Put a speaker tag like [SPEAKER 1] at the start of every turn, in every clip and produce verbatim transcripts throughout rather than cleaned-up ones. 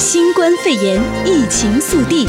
[SPEAKER 1] 新冠肺炎疫情速递。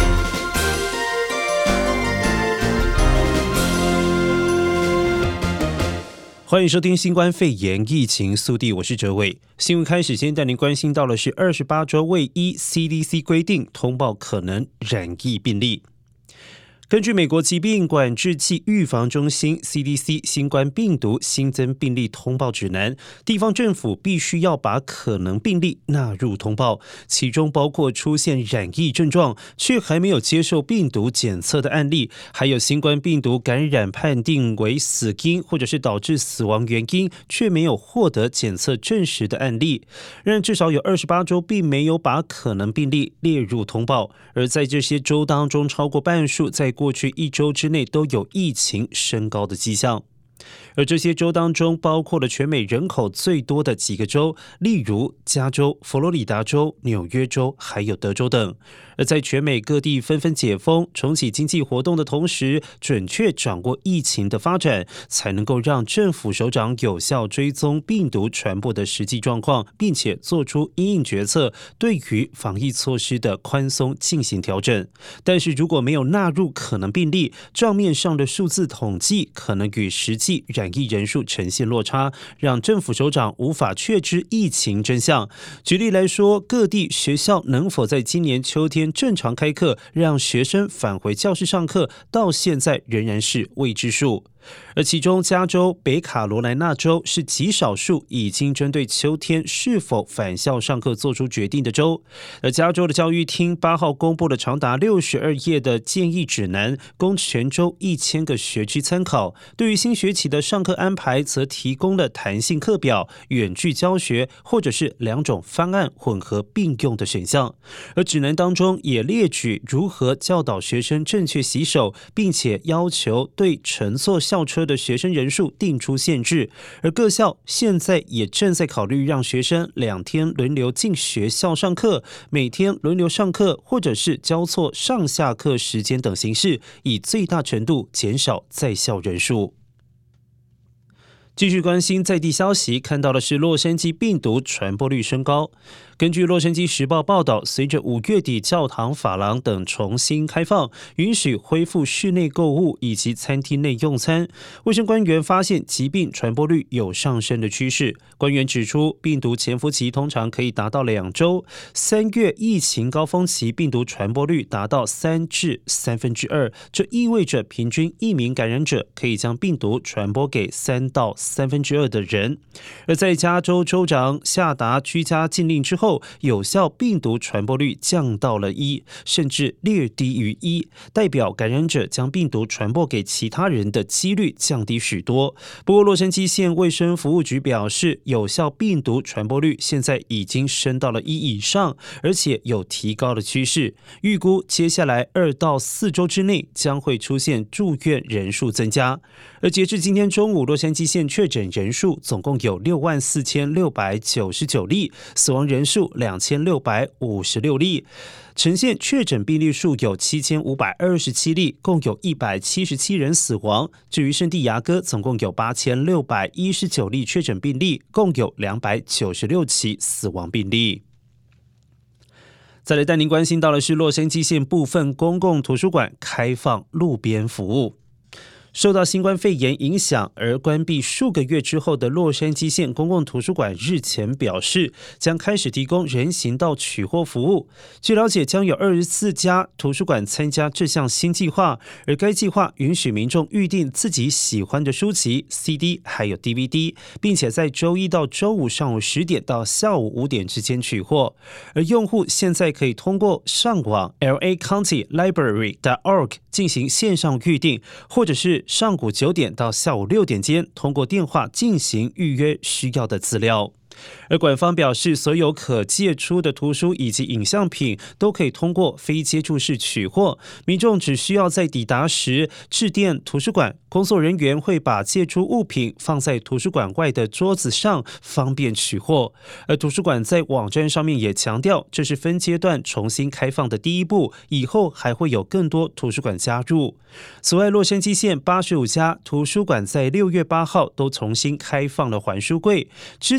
[SPEAKER 2] 欢迎收听新冠肺炎疫情速递，我是哲伟。新闻开始，先带您关心到的是二十八州未依 C D C 规定通报可能染疫病例。根据美国疾病管制暨预防中心 C D C 新冠病毒新增病例通报指南，地方政府必须要把可能病例纳入通报，其中包括出现染疫症状却还没有接受病毒检测的案例，还有新冠病毒感染判定为死因或者是导致死亡原因却没有获得检测证实的案例。然而至少有二十八州并没有把可能病例列入通报，而在这些州当中，超过半数在过去一周之内都有疫情升高的迹象。而这些州当中包括了全美人口最多的几个州，例如加州、佛罗里达州、纽约州还有德州等。而在全美各地纷纷解封重启经济活动的同时，准确掌握疫情的发展，才能够让政府首长有效追踪病毒传播的实际状况，并且做出因应决策，对于防疫措施的宽松进行调整。但是如果没有纳入可能病例，账面上的数字统计可能与实际染疫人数呈现落差，让政府首长无法确知疫情真相。举例来说，各地学校能否在今年秋天正常开课，让学生返回教室上课，到现在仍然是未知数。而其中加州、北卡罗来纳州是极少数已经针对秋天是否返校上课做出决定的州。而加州的教育厅八号公布了长达六十二页的建议指南，供全州一千个学区参考。对于新学期的上课安排，则提供了弹性课表、远距教学或者是两种方案混合并用的选项。而指南当中也列举如何教导学生正确洗手，并且要求对乘坐校车的学生人数定出限制，而各校现在也正在考虑让学生两天轮流进学校上课，每天轮流上课，或者是交错上下课时间等形式，以最大程度减少在校人数。继续关心在地消息，看到的是洛杉矶病毒传播率升高。根据洛杉矶时报报道，随着五月底教堂、法廊等重新开放，允许恢复室内购物以及餐厅内用餐，卫生官员发现疾病传播率有上升的趋势。官员指出，病毒潜伏期通常可以达到两周，三月疫情高峰期病毒传播率达到三至三分之二，这意味着平均一名感染者可以将病毒传播给三到三分之二的人。而在加州州长下达居家禁令之后，有效病毒传播率降到了一，甚至略低于一，代表感染者将病毒传播给其他人的几率降低许多。不过洛杉矶县卫生服务局表示，有效病毒传播率现在已经升到了一以上，而且有提高的趋势，预估接下来二到四周之内将会出现住院人数增加。而截至今天中午，洛杉矶县确诊人数总共有六万四千六百九十九例，死亡人数两千六百五十六例。呈现确诊病例数有七千五百二十七例，共有一百七十七人死亡。至于圣地牙哥，总共有八千六百一十九例确诊病例，共有两百九十六起死亡病例。再来带您关心到的是，洛杉矶县部分公共图书馆开放路边服务。受到新冠肺炎影响而关闭数个月之后的洛杉矶县公共图书馆日前表示，将开始提供人行道取货服务。据了解，将有二十四家图书馆参加这项新计划，而该计划允许民众预定自己喜欢的书籍、C D 还有 D V D， 并且在周一到周五上午十点到下午五点之间取货。而用户现在可以通过上网 L A County Library dot org 进行线上预订，或者是上午九点到下午六点间通过电话进行预约需要的资料。而馆方表示，所有可借出的图书以及影像品都可以通过非接触式取货，民众只需要在抵达时致电图书馆，工作人员会把借出物品放在图书馆外的桌子上，方便取货。而图书馆在网站上面也强调，这是分阶段重新开放的第一步，以后还会有更多图书馆加入。此外，洛杉矶县八十五家图书馆在六月八号都重新开放了还书柜，之前在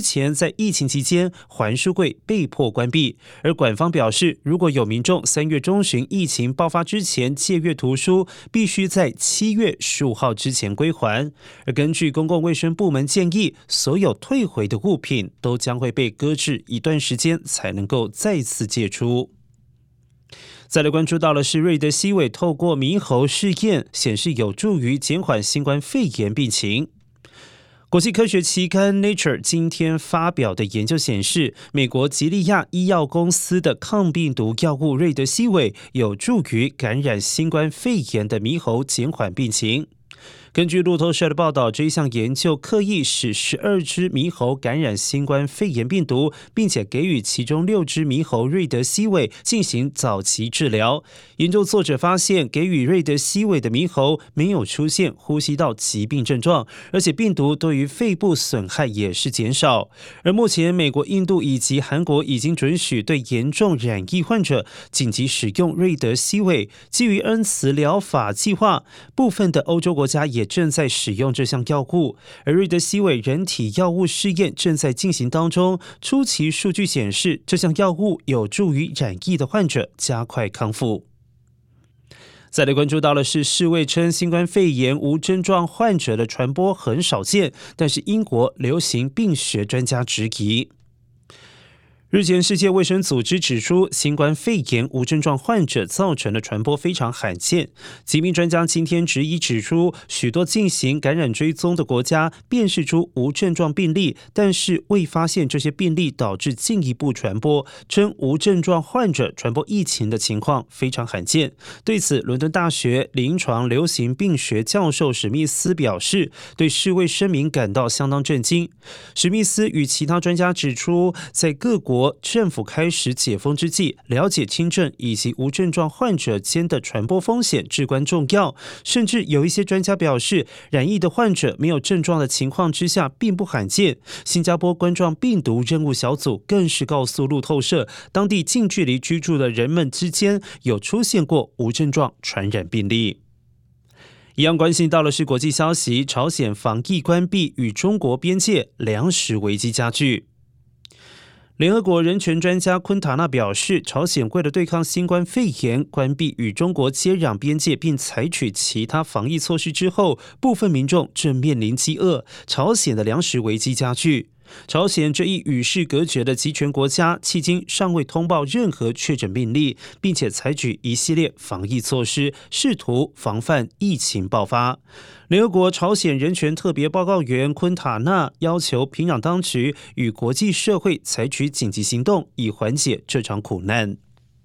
[SPEAKER 2] 在疫情期间还书柜被迫关闭，而馆方表示，如果有民众三月中旬疫情爆发之前借阅图书，必须在七月十五号之前归还。而根据公共卫生部门建议，所有退回的物品都将会被搁置一段时间，才能够再次借出。再来关注到的是，瑞德西韦透过猕猴试验显示有助于减缓新冠肺炎病情。国际科学期刊 Nature 今天发表的研究显示，美国吉利亚医药公司的抗病毒药物瑞德西韦有助于感染新冠肺炎的猕猴减缓病情。根据路透社的报道，这一项研究刻意使十二只猕猴感染新冠肺炎病毒，并且给予其中六只猕猴瑞德西韦进行早期治疗。研究作者发现，给予瑞德西韦的猕猴没有出现呼吸道疾病症状，而且病毒对于肺部损害也是减少。而目前，美国、印度以及韩国已经准许对严重染疫患者紧急使用瑞德西韦。基于恩慈疗法计划，部分的欧洲国家也正在使用这项药物，而瑞德西韦人体药物试验正在进行当中。初期数据显示，这项药物有助于染疫的患者加快康复。再来关注到的是，世卫称新冠肺炎无症状患者的传播很少见，但是英国流行病学专家质疑。日前，世界卫生组织指出，新冠肺炎无症状患者造成的传播非常罕见。疾病专家今天质疑指出，许多进行感染追踪的国家辨识出无症状病例，但是未发现这些病例导致进一步传播，称无症状患者传播疫情的情况非常罕见。对此，伦敦大学临床流行病学教授史密斯表示，对世卫声明感到相当震惊。史密斯与其他专家指出，在各国政府开始解封之际，了解轻症以及无症状患者间的传播风险至关重要。甚至有一些专家表示，染疫的患者没有症状的情况之下并不罕见。新加坡冠状病毒任务小组更是告诉路透社，当地近距离居住的人们之间有出现过无症状传染病例。一样关心到的是国际消息，朝鲜防疫关闭与中国边界，粮食危机加剧。联合国人权专家昆塔纳表示，朝鲜为了对抗新冠肺炎，关闭与中国接壤边界，并采取其他防疫措施之后，部分民众正面临饥饿，朝鲜的粮食危机加剧。朝鲜这一与世隔绝的集权国家，迄今尚未通报任何确诊病例，并且采取一系列防疫措施，试图防范疫情爆发。联合国朝鲜人权特别报告员昆塔纳要求平壤当局与国际社会采取紧急行动，以缓解这场苦难。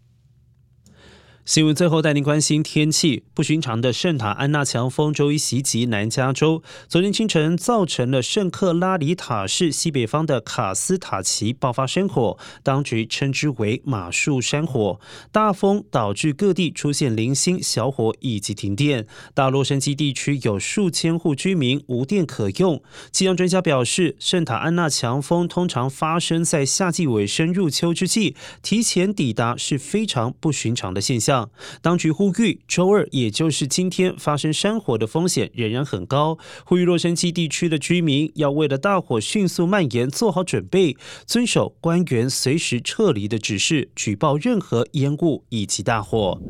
[SPEAKER 2] 新闻最后带您关心天气。不寻常的圣塔安娜强风周一袭击南加州，昨天清晨造成了圣克拉里塔市西北方的卡斯塔奇爆发山火，当局称之为马树山火。大风导致各地出现零星小火以及停电，大洛杉矶地区有数千户居民无电可用。气象专家表示，圣塔安娜强风通常发生在夏季尾声入秋之际，提前抵达是非常不寻常的现象。当局呼吁周二，也就是今天发生山火的风险仍然很高，呼吁洛杉矶地区的居民要为了大火迅速蔓延做好准备，遵守官员随时撤离的指示，举报任何烟雾以及大火。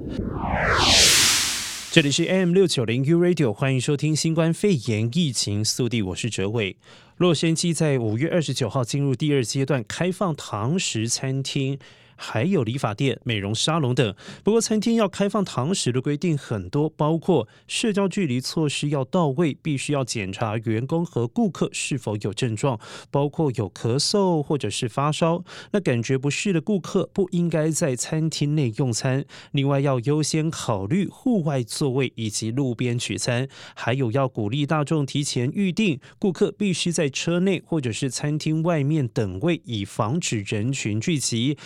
[SPEAKER 2] 这里是 A M 六九零 U Radio， 欢迎收听新冠肺炎疫情速递，我是哲伟。洛杉矶在五月二十九号进入第二阶段开放堂食餐厅，还有理发店、美容沙龙等。不过，餐厅要开放堂食的规定很多，包括社交距离措施要到位，必须要检查员工和顾客是否有症状，包括有咳嗽或者是发烧。那感觉不适的顾客不应该在餐厅内用餐。另外，要优先考虑户外座位以及路边取餐。还有要鼓励大众提前预定，顾客必须在车内或者是餐厅外面等位，以防止人群聚集。那客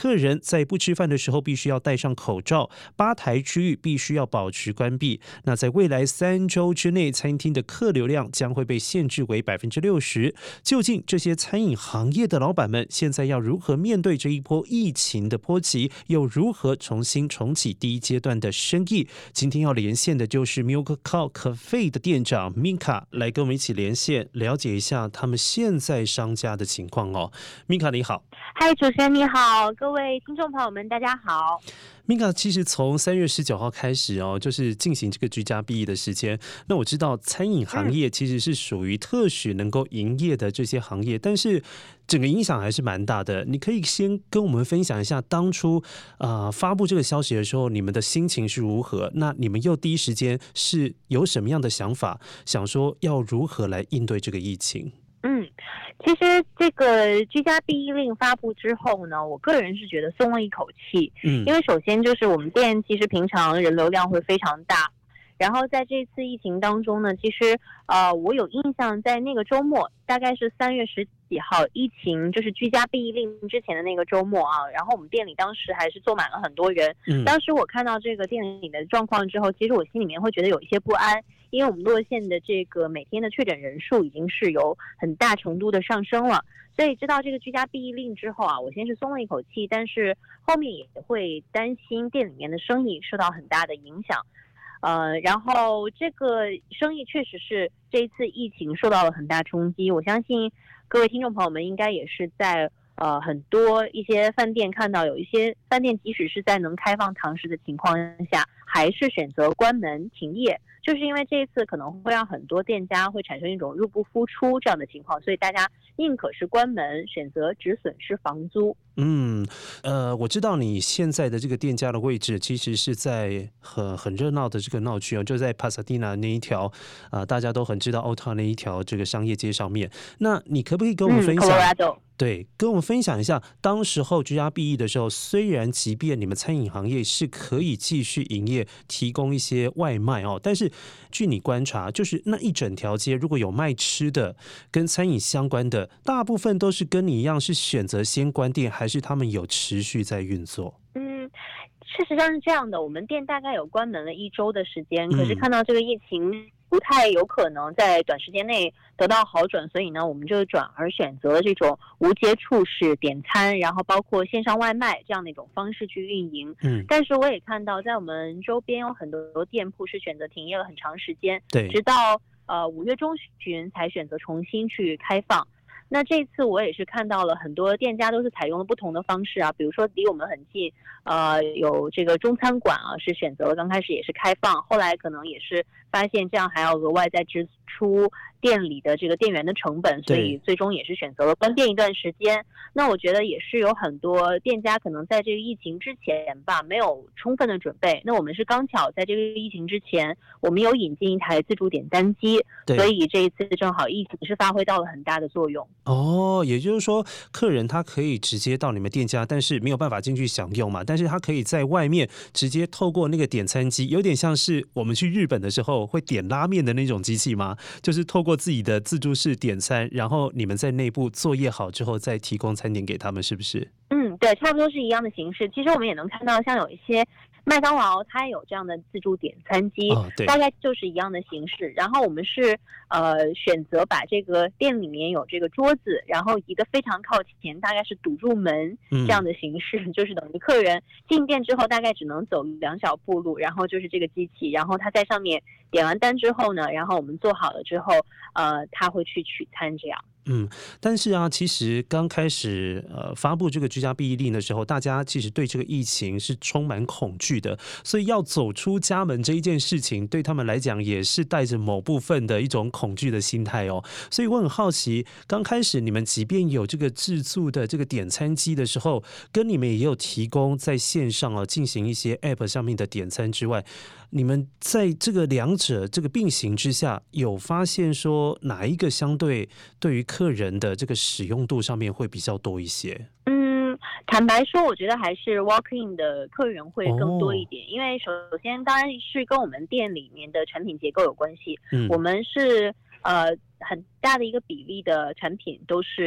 [SPEAKER 2] 客人在不吃饭的时候必须要戴上口罩，吧台区域必须要保持关闭。那在未来三周之内，餐厅的客流量将会被限制为百分之六十。究竟这些餐饮行业的老板们现在要如何面对这一波疫情的波及，又如何重新重启第一阶段的生意？今天要连线的就是 Milk Cow Cafe 的店长 Minka， 来跟我们一起连线，了解一下他们现在商家的情况哦。Minka 你好。
[SPEAKER 3] 嗨，主持人你好，各位听众朋友们大家好。
[SPEAKER 2] Minka 其实从三月十九号开始哦，就是进行这个居家避疫的时间。那我知道餐饮行业其实是属于特许能够营业的这些行业，但是整个影响还是蛮大的。你可以先跟我们分享一下当初呃发布这个消息的时候，你们的心情是如何？那你们又第一时间是有什么样的想法，想说要如何来应对这个疫情？
[SPEAKER 3] 嗯，其实这个居家避疫令发布之后呢，我个人是觉得松了一口气。嗯，因为首先就是我们店其实平常人流量会非常大，然后在这次疫情当中呢，其实呃我有印象，在那个周末，大概是三月十几号，疫情就是居家避疫令之前的那个周末啊，然后我们店里当时还是坐满了很多人。嗯，当时我看到这个店里的状况之后，其实我心里面会觉得有一些不安。因为我们洛县的这个每天的确诊人数已经是有很大程度的上升了，所以知道这个居家避疫令之后啊，我先是松了一口气，但是后面也会担心店里面的生意受到很大的影响。呃，然后这个生意确实是这一次疫情受到了很大冲击，我相信各位听众朋友们应该也是在呃很多一些饭店看到有一些饭店即使是在能开放堂食的情况下，还是选择关门停业。就是因为这一次可能会让很多店家会产生一种入不敷出这样的情况，所以大家宁可是关门，选择只损失房租。
[SPEAKER 2] 嗯，呃，我知道你现在的这个店家的位置其实是在很很热闹的这个闹区哦，就在 Pasadena 那一条啊、呃，大家都很知道 Old Town 那一条这个商业街上面。那你可不可以跟我们分享？
[SPEAKER 3] 嗯、
[SPEAKER 2] 对，跟我们分享一下，当时候居家避疫的时候，虽然即便你们餐饮行业是可以继续营业，提供一些外卖哦，但是据你观察，就是那一整条街如果有卖吃的跟餐饮相关的，大部分都是跟你一样是选择先关店，还是他们有持续在运作？
[SPEAKER 3] 嗯，事实上是这样的，我们店大概有关门了一周的时间，可是看到这个疫情不太有可能在短时间内得到好转，所以呢，我们就转而选择了这种无接触式点餐，然后包括线上外卖这样的一种方式去运营。嗯，但是我也看到，在我们周边有很多店铺是选择停业了很长时间，对，直到呃五月中旬才选择重新去开放。那这次我也是看到了很多店家都是采用了不同的方式啊，比如说离我们很近，呃，有这个中餐馆啊，是选择了刚开始也是开放，后来可能也是发现这样还要额外再支出店里的这个店员的成本，所以最终也是选择了关店一段时间。那我觉得也是有很多店家可能在这个疫情之前吧，没有充分的准备。那我们是刚巧在这个疫情之前，我们有引进一台自助点单机，所以这一次正好疫情是发挥到了很大的作用。
[SPEAKER 2] 哦，也就是说，客人他可以直接到你们店家，但是没有办法进去享用嘛，但是他可以在外面直接透过那个点餐机，有点像是我们去日本的时候会点拉面的那种机器吗？就是透过自己的自助式点餐，然后你们在内部作业好之后再提供餐点给他们，是不是？
[SPEAKER 3] 嗯，对，差不多是一样的形式。其实我们也能看到，像有一些麦当劳它也有这样的自助点餐机，哦、大概就是一样的形式。然后我们是呃选择把这个店里面有这个桌子，然后移得非常靠前，大概是堵住门这样的形式，嗯、就是等于客人进店之后大概只能走两小步路，然后就是这个机器，然后他在上面点完单之后呢，然后我们做好了之后，呃，他会去取餐这样。
[SPEAKER 2] 嗯，但是啊，其实刚开始呃发布这个居家避疫令的时候，大家其实对这个疫情是充满恐惧的，所以要走出家门这一件事情，对他们来讲也是带着某部分的一种恐惧的心态哦。所以我很好奇，刚开始你们即便有这个自助的这个点餐机的时候，跟你们也有提供在线上啊进行一些 App 上面的点餐之外，你们在这个两者这个并行之下，有发现说哪一个相对对于客人的这个使用度上面会比较多一些？
[SPEAKER 3] 嗯，坦白说，我觉得还是 walk-in 的客人会更多一点，哦、因为首先当然是跟我们店里面的产品结构有关系。嗯，我们是呃很大的一个比例的产品都是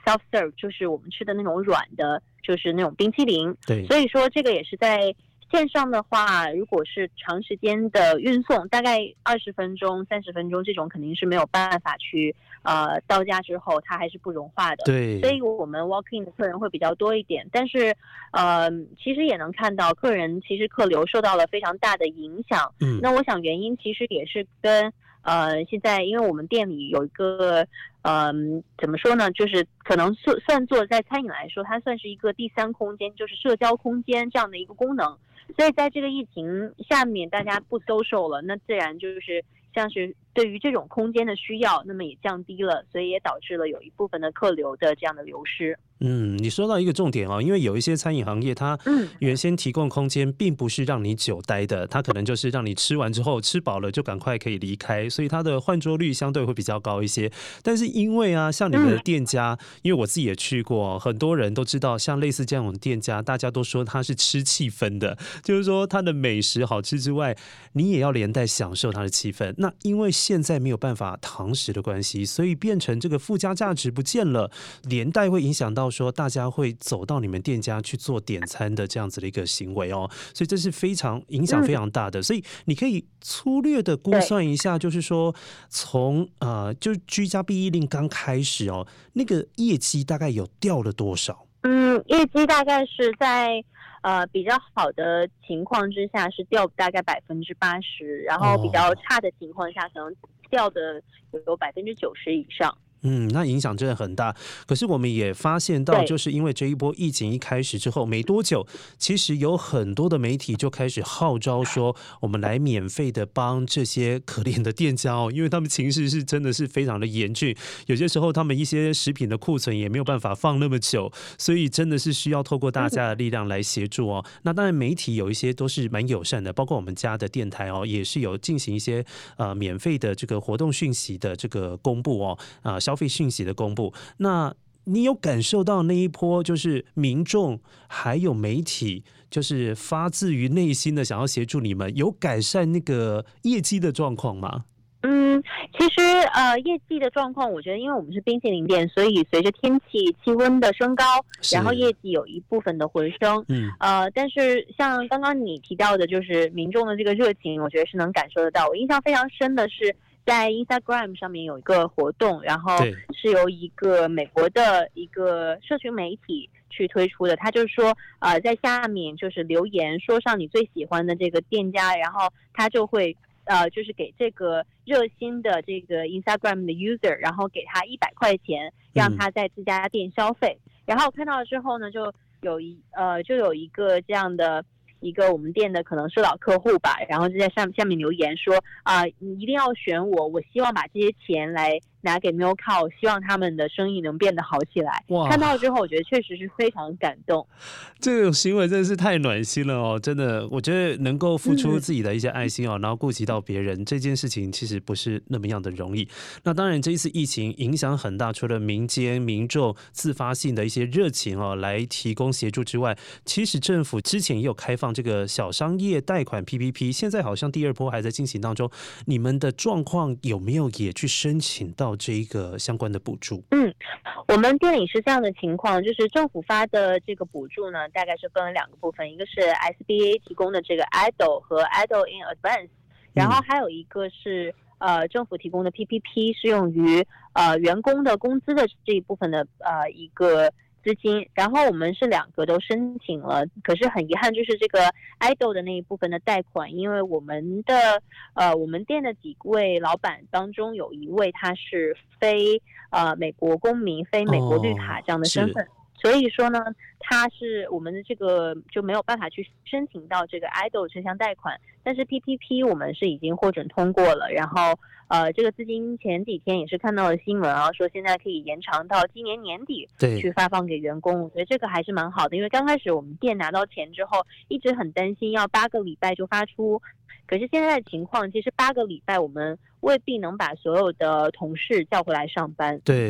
[SPEAKER 3] self serve， 就是我们吃的那种软的，就是那种冰淇淋。
[SPEAKER 2] 对，
[SPEAKER 3] 所以说这个也是在线上的话，如果是长时间的运送，大概二十分钟、三十分钟，这种肯定是没有办法去呃到家之后它还是不融化的。
[SPEAKER 2] 对，
[SPEAKER 3] 所以我们 walk in 的客人会比较多一点，但是呃其实也能看到客人其实客流受到了非常大的影响。嗯，那我想原因其实也是跟呃现在因为我们店里有一个嗯，怎么说呢？就是可能算算作在餐饮来说，它算是一个第三空间，就是社交空间这样的一个功能。所以在这个疫情下面，大家不social了，那自然就是像是对于这种空间的需要，那么也降低了，所以也导致了有一部分的客流的这样的流失。
[SPEAKER 2] 嗯，你说到一个重点哦，因为有一些餐饮行业，它原先提供空间并不是让你久待的，它可能就是让你吃完之后吃饱了就赶快可以离开，所以它的换桌率相对会比较高一些。但是因为啊，像你们的店家，嗯、因为我自己也去过，很多人都知道，像类似这样的店家，大家都说它是吃气氛的，就是说它的美食好吃之外，你也要连带享受它的气氛。那因为现在没有办法堂食的关系，所以变成这个附加价值不见了，连带会影响到说大家会走到你们店家去做点餐的这样子的一个行为哦，所以这是非常影响非常大的。嗯、所以你可以粗略的估算一下，就是说从呃，就居家避疫令刚开始哦，那个业绩大概有掉了多少？
[SPEAKER 3] 嗯，业绩大概是在呃比较好的情况之下是掉大概百分之八十，然后比较差的情况下可能掉的有百分之九十以上。
[SPEAKER 2] 嗯，那影响真的很大。可是我们也发现到，就是因为这一波疫情一开始之后没多久，其实有很多的媒体就开始号召说，我们来免费的帮这些可怜的店家哦，因为他们情势是真的是非常的严峻，有些时候他们一些食品的库存也没有办法放那么久，所以真的是需要透过大家的力量来协助哦。那当然媒体有一些都是蛮友善的，包括我们家的电台哦，也是有进行一些呃免费的这个活动讯息的这个公布哦，啊、呃、消费讯息的公布。那你有感受到那一波就是民众还有媒体就是发自于内心的想要协助你们，有改善那个业绩的状况吗？
[SPEAKER 3] 嗯，其实呃，业绩的状况，我觉得因为我们是冰淇淋店，所以随着天气气温的升高，然后业绩有一部分的回升。嗯，呃，但是像刚刚你提到的，就是民众的这个热情，我觉得是能感受得到。我印象非常深的是，在 Instagram 上面有一个活动，然后是由一个美国的一个社群媒体去推出的。他就是说，呃，在下面就是留言说上你最喜欢的这个店家，然后他就会。呃，就是给这个热心的这个 Instagram 的 user， 然后给他一百块钱，让他在自家店消费。嗯、然后看到了之后呢，就有一呃，就有一个这样的一个我们店的可能是老客户吧，然后就在上下面留言说啊、呃，你一定要选我，我希望把这些钱来拿给 Milka， 希望他们的生意能变得好起来。看到之后，我觉得确实是非常感动。
[SPEAKER 2] 这种行为真的是太暖心了哦！真的，我觉得能够付出自己的一些爱心哦，嗯、然后顾及到别人这件事情，其实不是那么样的容易。那当然，这一次疫情影响很大，除了民间民众自发性的一些热情哦，来提供协助之外，其实政府之前也有开放这个小商业贷款 P P P， 现在好像第二波还在进行当中。你们的状况有没有也去申请到这一个相关的补助？
[SPEAKER 3] 嗯，我们店里是这样的情况，就是政府发的这个补助呢，大概是分了两个部分，一个是 S B A 提供的这个 I D O 和 I D O in Advance， 然后还有一个是呃政府提供的 P P P， 适用于呃员工的工资的这一部分的呃一个资金，然后我们是两个都申请了，可是很遗憾，就是这个 I D O 的那一部分的贷款，因为我们的呃我们店的几位老板当中有一位他是非呃美国公民、非美国绿卡这样的身份。哦，所以说呢，他是我们的这个就没有办法去申请到这个 I D O 这项贷款，但是 P P P 我们是已经获准通过了，然后呃，这个资金前几天也是看到了新闻啊，说现在可以延长到今年年底去发放给员工，我觉得这个还是蛮好的，因为刚开始我们店拿到钱之后，一直很担心要八个礼拜就发出，可是现在的情况，其实八个礼拜我们未必能把所有的同事叫回来上班。
[SPEAKER 2] 对。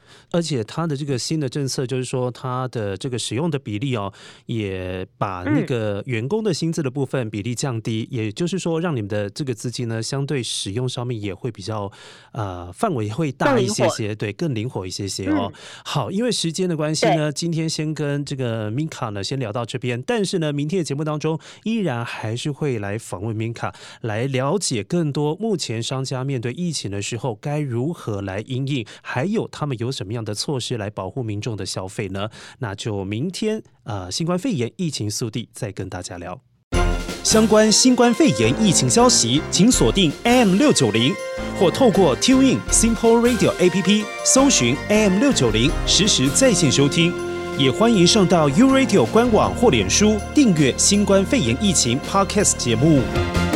[SPEAKER 2] 而且它的这个新的政策就是说，它的这个使用的比例哦，也把那个员工的薪资的部分比例降低，嗯、也就是说，让你们的这个资金呢，相对使用上面也会比较呃范围会大一些些，对，更灵活一些些哦。嗯、好，因为时间的关系呢，今天先跟这个 Minka 呢先聊到这边，但是呢，明天的节目当中依然还是会来访问 Minka， 来了解更多目前商家面对疫情的时候该如何来因应，还有他们有什么样的措施来保护民众的消费呢？那就明天呃新冠肺炎疫情速递再跟大家聊。相关新冠肺炎疫情消息，请锁定 A M 六九零，或透过 TuneIn Simple Radio A P P 搜寻 A M 六九零，实时在线收听。也欢迎上到 U Radio 官网或脸书订阅新冠肺炎疫情 Podcast 节目。